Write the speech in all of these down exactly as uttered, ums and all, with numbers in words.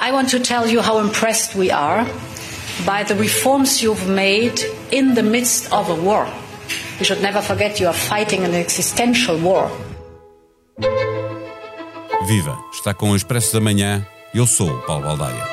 I want to tell you how impressed we are by the reforms you've made in the midst of a war. We should never forget you are fighting an existential war. Viva! Está com o Expresso da Manhã. Eu sou o Paulo Baldaia.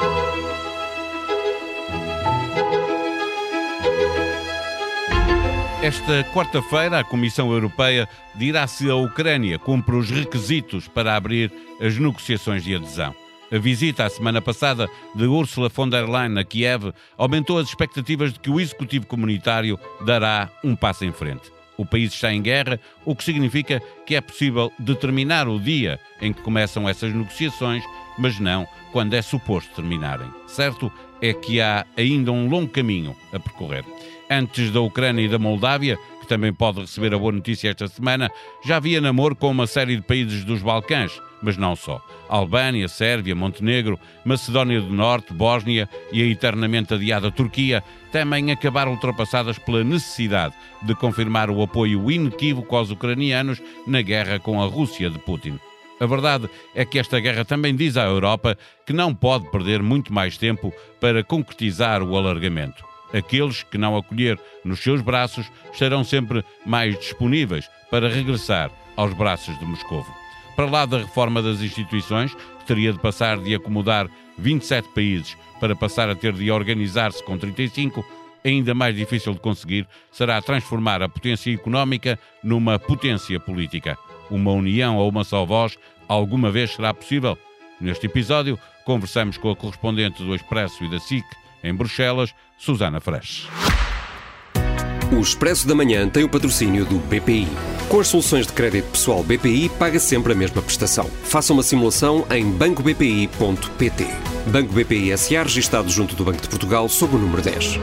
Esta quarta-feira, a Comissão Europeia dirá se a Ucrânia cumpre os requisitos para abrir as negociações de adesão. A visita, a semana passada, de Ursula von der Leyen a Kiev aumentou as expectativas de que o Executivo Comunitário dará um passo em frente. O país está em guerra, o que significa que é possível determinar o dia em que começam essas negociações, mas não quando é suposto terminarem. Certo é que há ainda um longo caminho a percorrer. Antes da Ucrânia e da Moldávia, que também pode receber a boa notícia esta semana, já havia namoro com uma série de países dos Balcãs, mas não só. Albânia, Sérvia, Montenegro, Macedónia do Norte, Bósnia e a eternamente adiada Turquia temem acabar ultrapassadas pela necessidade de confirmar o apoio inequívoco aos ucranianos na guerra com a Rússia de Putin. A verdade é que esta guerra também diz à Europa que não pode perder muito mais tempo para concretizar o alargamento. Aqueles que não acolher nos seus braços estarão sempre mais disponíveis para regressar aos braços de Moscovo. Para lá da reforma das instituições, que teria de passar de acomodar vinte e sete países para passar a ter de organizar-se com trinta e cinco, ainda mais difícil de conseguir será transformar a potência económica numa potência política. Uma união a uma só voz alguma vez será possível? Neste episódio, conversamos com a correspondente do Expresso e da S I C em Bruxelas, Susana Fresh. O Expresso da Manhã tem o patrocínio do B P I. Com as soluções de crédito pessoal B P I, paga sempre a mesma prestação. Faça uma simulação em banco b p i ponto p t. Banco B P I S A, registado junto do Banco de Portugal, sob o número dez.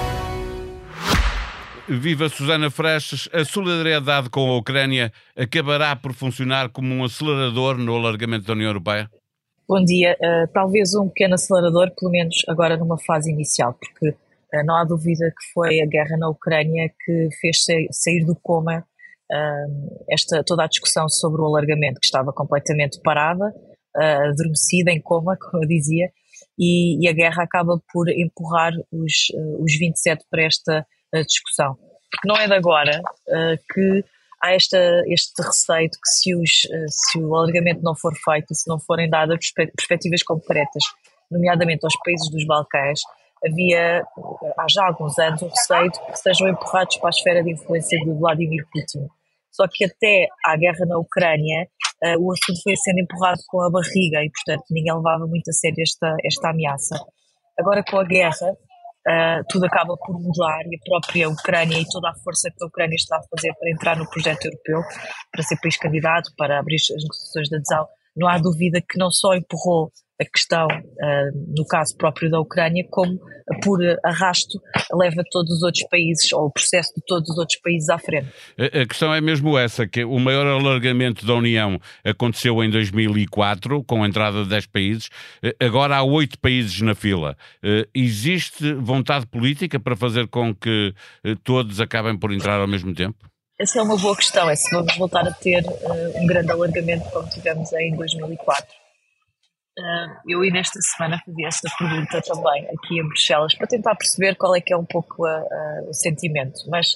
Viva Susana Fresh! A solidariedade com a Ucrânia acabará por funcionar como um acelerador no alargamento da União Europeia? Bom dia. Uh, talvez um pequeno acelerador, pelo menos agora numa fase inicial, porque uh, não há dúvida que foi a guerra na Ucrânia que fez sair do coma uh, esta, toda a discussão sobre o alargamento, que estava completamente parada, uh, adormecida, em coma, como eu dizia, e, e a guerra acaba por empurrar os, uh, os vinte e sete para esta uh, discussão. Porque não é de agora uh, que há esta, este receio de que se, os, se o alargamento não for feito, se não forem dadas perspectivas concretas, nomeadamente aos países dos Balcãs, havia há já alguns anos um receio de que sejam empurrados para a esfera de influência de Vladimir Putin. Só que até à guerra na Ucrânia, uh, o assunto foi sendo empurrado com a barriga e, portanto, ninguém levava muito a sério esta, esta ameaça. Agora, com a guerra, Uh, tudo acaba por mudar e a própria Ucrânia e toda a força que a Ucrânia está a fazer para entrar no projeto europeu, para ser país candidato, para abrir as negociações de adesão, não há dúvida que não só empurrou a questão, uh, no caso próprio da Ucrânia, como por arrasto leva todos os outros países, ou o processo de todos os outros países à frente. A, a questão é mesmo essa, que o maior alargamento da União aconteceu em dois mil e quatro, com a entrada de dez países, agora há oito países na fila. Uh, existe vontade política para fazer com que uh, todos acabem por entrar ao mesmo tempo? Essa é uma boa questão, é se vamos voltar a ter uh, um grande alargamento como tivemos em dois mil e quatro. Uh, eu e nesta semana fazia esta pergunta também aqui em Bruxelas para tentar perceber qual é que é um pouco a, a, o sentimento, mas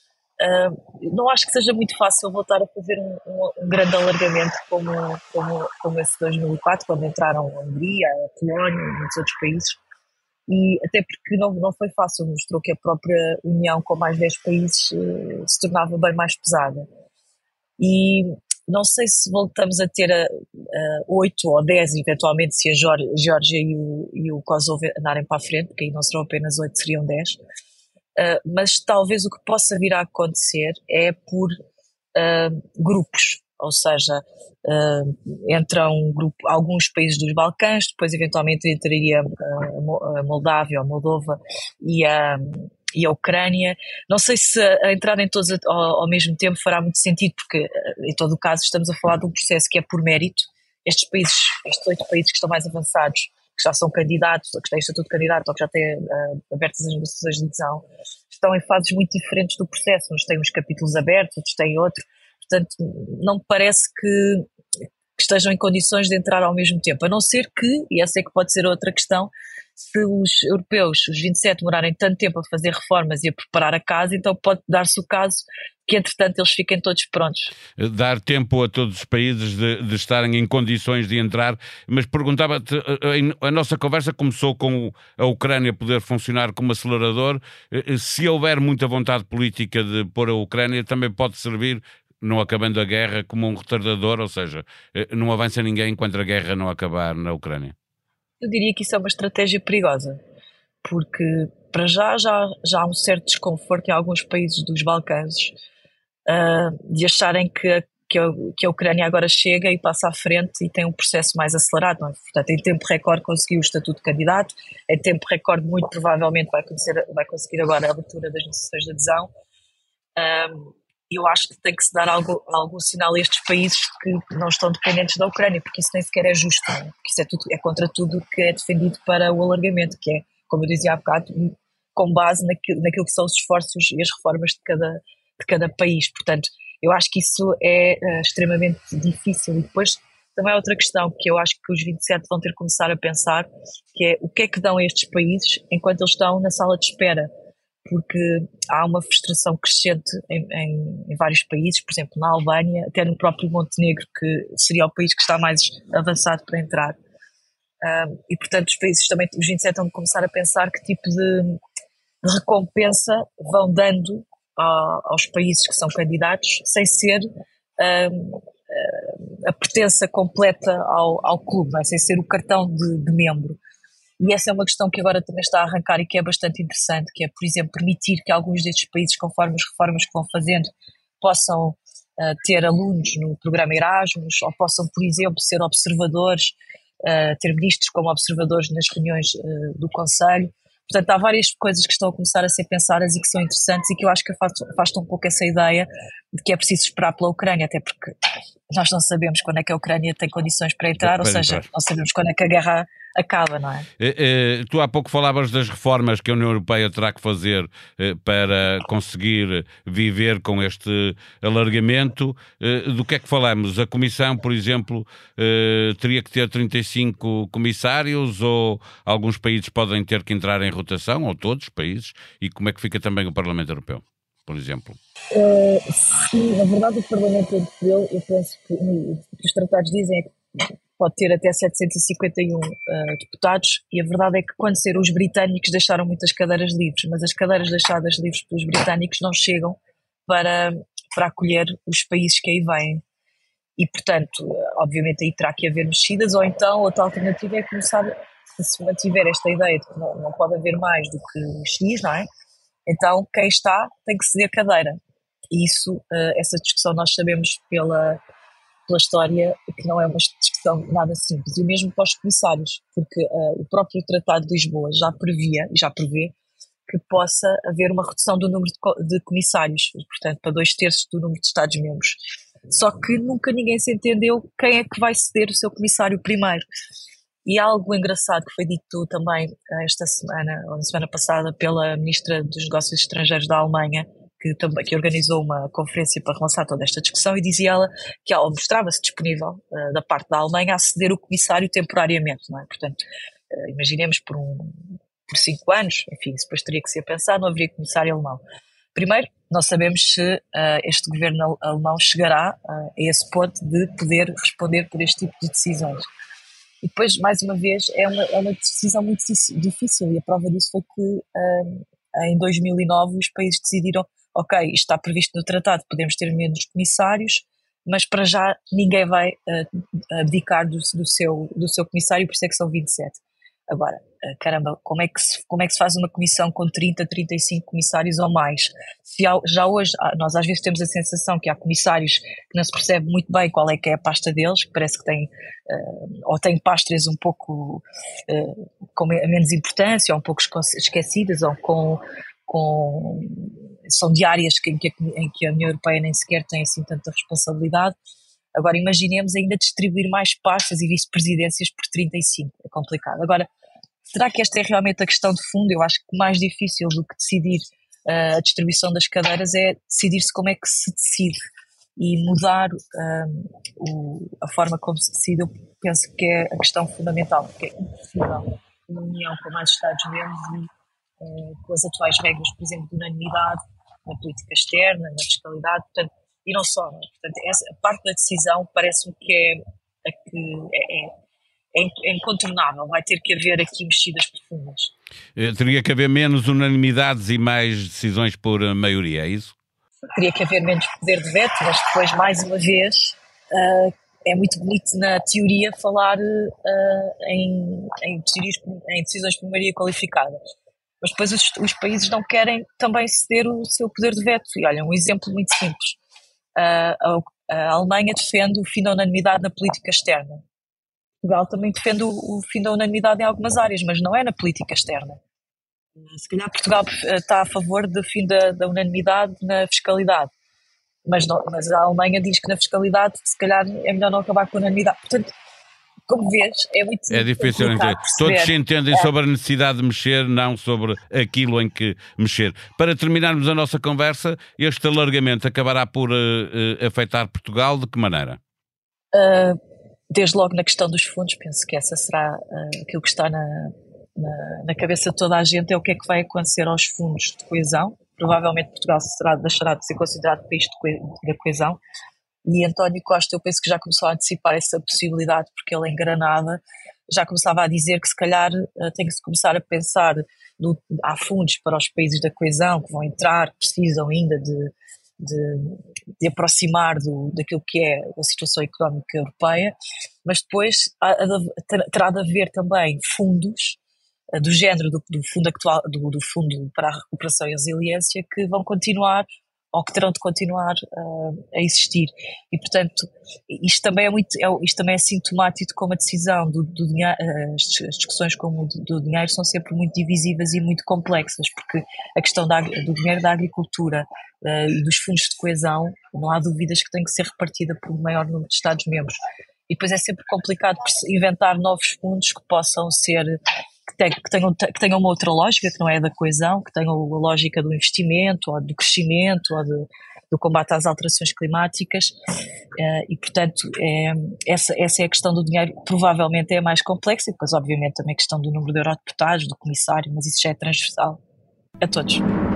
uh, não acho que seja muito fácil voltar a fazer um, um, um grande alargamento como, como, como esse dois mil e quatro, quando entraram a Hungria, a Polónia e muitos outros países, e até porque não, não foi fácil, mostrou que a própria União com mais dez países uh, se tornava bem mais pesada. E não sei se voltamos a ter oito ou dez, eventualmente, se a Geórgia e o, e o Kosovo andarem para a frente, porque aí não serão apenas oito, seriam dez. Uh, mas talvez o que possa vir a acontecer é por uh, grupos, ou seja, uh, entram um grupo, alguns países dos Balcãs, depois eventualmente entraria uh, a Moldávia, a Moldova e a... e a Ucrânia. Não sei se a entrada em todos ao, ao mesmo tempo fará muito sentido, porque em todo o caso estamos a falar de um processo que é por mérito. Estes países, estes oito países que estão mais avançados, que já são candidatos, ou que têm estatuto de candidato, ou que já têm uh, abertas as negociações de adesão, estão em fases muito diferentes do processo. Uns têm uns capítulos abertos, outros têm outros. Portanto, não me parece que que estejam em condições de entrar ao mesmo tempo, a não ser que, e essa é que pode ser outra questão, se os europeus, os vinte e sete, demorarem tanto tempo a fazer reformas e a preparar a casa, então pode dar-se o caso que, entretanto, eles fiquem todos prontos. Dar tempo a todos os países de, de estarem em condições de entrar, mas perguntava-te, a, a nossa conversa começou com a Ucrânia poder funcionar como acelerador. Se houver muita vontade política de pôr a Ucrânia, também pode servir, não acabando a guerra, como um retardador, ou seja, não avança ninguém enquanto a guerra não acabar na Ucrânia. Eu diria que isso é uma estratégia perigosa, porque para já já, já há um certo desconforto em alguns países dos Balcãs uh, de acharem que a, que, a, que a Ucrânia agora chega e passa à frente e tem um processo mais acelerado. Não é? Portanto, em tempo recorde conseguiu o estatuto de candidato, em tempo recorde muito provavelmente vai, conhecer, vai conseguir agora a abertura das negociações de adesão. Um, eu acho que tem que se dar algo, algum sinal a estes países que não estão dependentes da Ucrânia, porque isso nem sequer é justo, não é? Porque isso é, tudo, é contra tudo o que é defendido para o alargamento, que é, como eu dizia há bocado, com base naquilo, naquilo que são os esforços e as reformas de cada, de cada país. Portanto, eu acho que isso é uh, extremamente difícil. E depois também há outra questão que eu acho que os vinte e sete vão ter que começar a pensar, que é o que é que dão a estes países enquanto eles estão na sala de espera. Porque há uma frustração crescente em, em, em vários países, por exemplo, na Albânia, até no próprio Montenegro, que seria o país que está mais avançado para entrar. Um, e, portanto, os países também, os vinte e sete, vão começar a pensar que tipo de recompensa vão dando a, aos países que são candidatos, sem ser um, a pertença completa ao, ao clube, não é? Sem ser o cartão de, de membro. E essa é uma questão que agora também está a arrancar e que é bastante interessante, que é, por exemplo, permitir que alguns destes países, conforme as reformas que vão fazendo, possam uh, ter alunos no programa Erasmus, ou possam, por exemplo, ser observadores, uh, ter ministros como observadores nas reuniões uh, do Conselho. Portanto, há várias coisas que estão a começar a ser pensadas e que são interessantes e que eu acho que afastam um pouco essa ideia de que é preciso esperar pela Ucrânia, até porque nós não sabemos quando é que a Ucrânia tem condições para entrar, para ou seja, entrar. Não sabemos quando é que a guerra acaba, não é? Eh, eh, tu há pouco falavas das reformas que a União Europeia terá que fazer eh, para conseguir viver com este alargamento. Eh, do que é que falamos? A Comissão, por exemplo, eh, teria que ter trinta e cinco comissários, ou alguns países podem ter que entrar em rotação, ou todos os países? E como é que fica também o Parlamento Europeu, por exemplo? Uh, sim, na verdade o Parlamento Europeu, eu penso que o que os tratados dizem é que pode ter até setecentos e cinquenta e um uh, deputados, e a verdade é que quando saíram os britânicos deixaram muitas cadeiras livres, mas as cadeiras deixadas livres pelos britânicos não chegam para, para acolher os países que aí vêm. E, portanto, obviamente aí terá que haver mexidas, ou então outra alternativa é começar, se se mantiver esta ideia de que não, não pode haver mais do que X, não é? Então quem está tem que ceder cadeira. E isso, uh, essa discussão nós sabemos pela... pela história, que não é uma discussão nada simples, e mesmo para os comissários, porque uh, o próprio Tratado de Lisboa já previa, e já prevê, que possa haver uma redução do número de, co- de comissários, portanto, para dois terços do número de Estados-membros. Só que nunca ninguém se entendeu quem é que vai ceder o seu comissário primeiro. E há algo engraçado que foi dito também uh, esta semana, ou na semana passada, pela Ministra dos Negócios Estrangeiros da Alemanha, que, também, que organizou uma conferência para relançar toda esta discussão, e dizia ela que ela mostrava-se disponível uh, da parte da Alemanha a ceder o comissário temporariamente, não é? Portanto, uh, imaginemos por, um, por cinco anos, enfim, isso depois teria que ser pensado, não haveria comissário alemão. Primeiro, não sabemos se uh, este governo alemão chegará uh, a esse ponto de poder responder por este tipo de decisões. E depois, mais uma vez, é uma, é uma decisão muito difícil, e a prova disso foi que uh, em dois mil e nove os países decidiram: ok, isto está previsto no tratado, podemos ter menos comissários, mas para já ninguém vai uh, abdicar do, do, seu, do seu comissário, por isso é que são vinte e sete. Agora, uh, caramba, como é, que se, como é que se faz uma comissão com trinta, trinta e cinco comissários ou mais? Se há, já hoje, nós às vezes temos a sensação que há comissários que não se percebe muito bem qual é que é a pasta deles, que parece que têm, uh, ou têm pastas um pouco uh, com menos importância, ou um pouco esquecidas, ou com... com são de áreas que, em, que a, em que a União Europeia nem sequer tem assim tanta responsabilidade. Agora imaginemos ainda distribuir mais pastas e vice-presidências por trinta e cinco, é complicado. Agora, será que esta é realmente a questão de fundo? Eu acho que mais difícil do que decidir uh, a distribuição das cadeiras é decidir-se como é que se decide. e mudar um, o, a forma como se decide, eu penso que é a questão fundamental, porque é impossível uma União com mais Estados-membros e uh, com as atuais regras, por exemplo, de unanimidade na política externa, na fiscalidade, portanto, e não só. Não é? Portanto, essa a parte da decisão parece-me que é a que é, é, é incontornável, vai ter que haver aqui mexidas profundas. Teria que haver menos unanimidades e mais decisões por maioria, é isso? Teria que haver menos poder de veto, mas depois, mais uma vez, uh, é muito bonito na teoria falar uh, em, em, teorias, em decisões por maioria qualificada. Mas depois os, os países não querem também ceder o seu poder de veto. E olha, um exemplo muito simples. Uh, a, a Alemanha defende o fim da unanimidade na política externa. Portugal também defende o, o fim da unanimidade em algumas áreas, mas não é na política externa. Se calhar Portugal está a favor do fim da, da unanimidade na fiscalidade, mas, não, mas a Alemanha diz que na fiscalidade se calhar é melhor não acabar com a unanimidade. Portanto, como vês, é muito é difícil entender. Todos se entendem é. sobre a necessidade de mexer, não sobre aquilo em que mexer. Para terminarmos a nossa conversa, este alargamento acabará por uh, uh, afetar Portugal de que maneira? Uh, desde logo na questão dos fundos, penso que essa será uh, aquilo que está na... Na, na cabeça de toda a gente é o que é que vai acontecer aos fundos de coesão. Provavelmente Portugal será, deixará de ser considerado país de coesão, e António Costa, eu penso que já começou a antecipar essa possibilidade, porque ele em Granada já começava a dizer que se calhar tem que se começar a pensar no, há fundos para os países da coesão que vão entrar, precisam ainda de, de, de aproximar do, daquilo que é a situação económica europeia, mas depois há, terá de haver também fundos do género do, do fundo actual, do, do fundo para a recuperação e resiliência, que vão continuar ou que terão de continuar uh, a existir. E portanto isto também é muito, é, isto também é sintomático de como a decisão do, do dinheiro, as discussões como do, do dinheiro são sempre muito divisivas e muito complexas, porque a questão da, do dinheiro da agricultura uh, e dos fundos de coesão, não há dúvidas que tem que ser repartida por um maior número de Estados-membros. E depois é sempre complicado inventar novos fundos que possam ser que tenham, que tenham uma outra lógica, que não é da coesão, que tenham a lógica do investimento, ou do crescimento, ou do, do combate às alterações climáticas, e portanto é, essa, essa é a questão do dinheiro, provavelmente é a mais complexa, e depois obviamente também a questão do número de eurodeputados, do comissário, mas isso já é transversal a todos.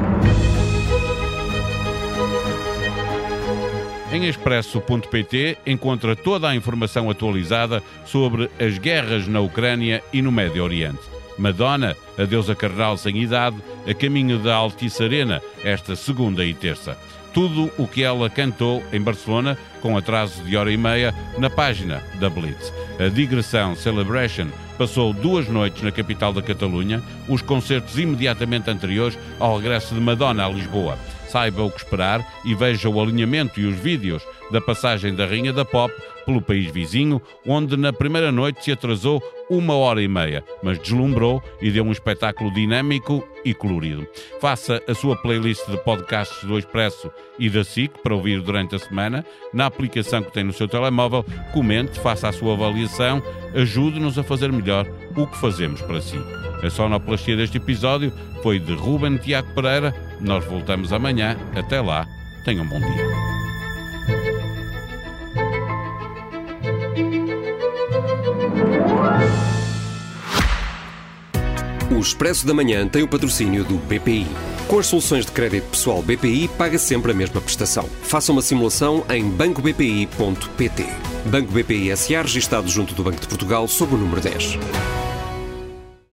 Em expresso ponto pt encontra toda a informação atualizada sobre as guerras na Ucrânia e no Médio Oriente. Madonna, a deusa carnal sem idade, a caminho da Altice Arena, esta segunda e terça. Tudo o que ela cantou em Barcelona, com atraso de hora e meia, na página da Blitz. A digressão Celebration passou duas noites na capital da Catalunha, os concertos imediatamente anteriores ao regresso de Madonna a Lisboa. Saiba o que esperar e veja o alinhamento e os vídeos da passagem da Rainha da Pop pelo país vizinho, onde na primeira noite se atrasou uma hora e meia, mas deslumbrou e deu um espetáculo dinâmico e colorido. Faça a sua playlist de podcasts do Expresso e da S I C para ouvir durante a semana, na aplicação que tem no seu telemóvel, comente, faça a sua avaliação, ajude-nos a fazer melhor o que fazemos para si. A sonoplastia deste episódio foi de Ruben Tiago Pereira. Nós voltamos amanhã. Até lá, tenham um bom dia. O Expresso da Manhã tem o patrocínio do B P I. Com as soluções de crédito pessoal B P I, paga sempre a mesma prestação. Faça uma simulação em banco b p i ponto p t. Banco B P I S A, registado junto do Banco de Portugal, sob o número dez.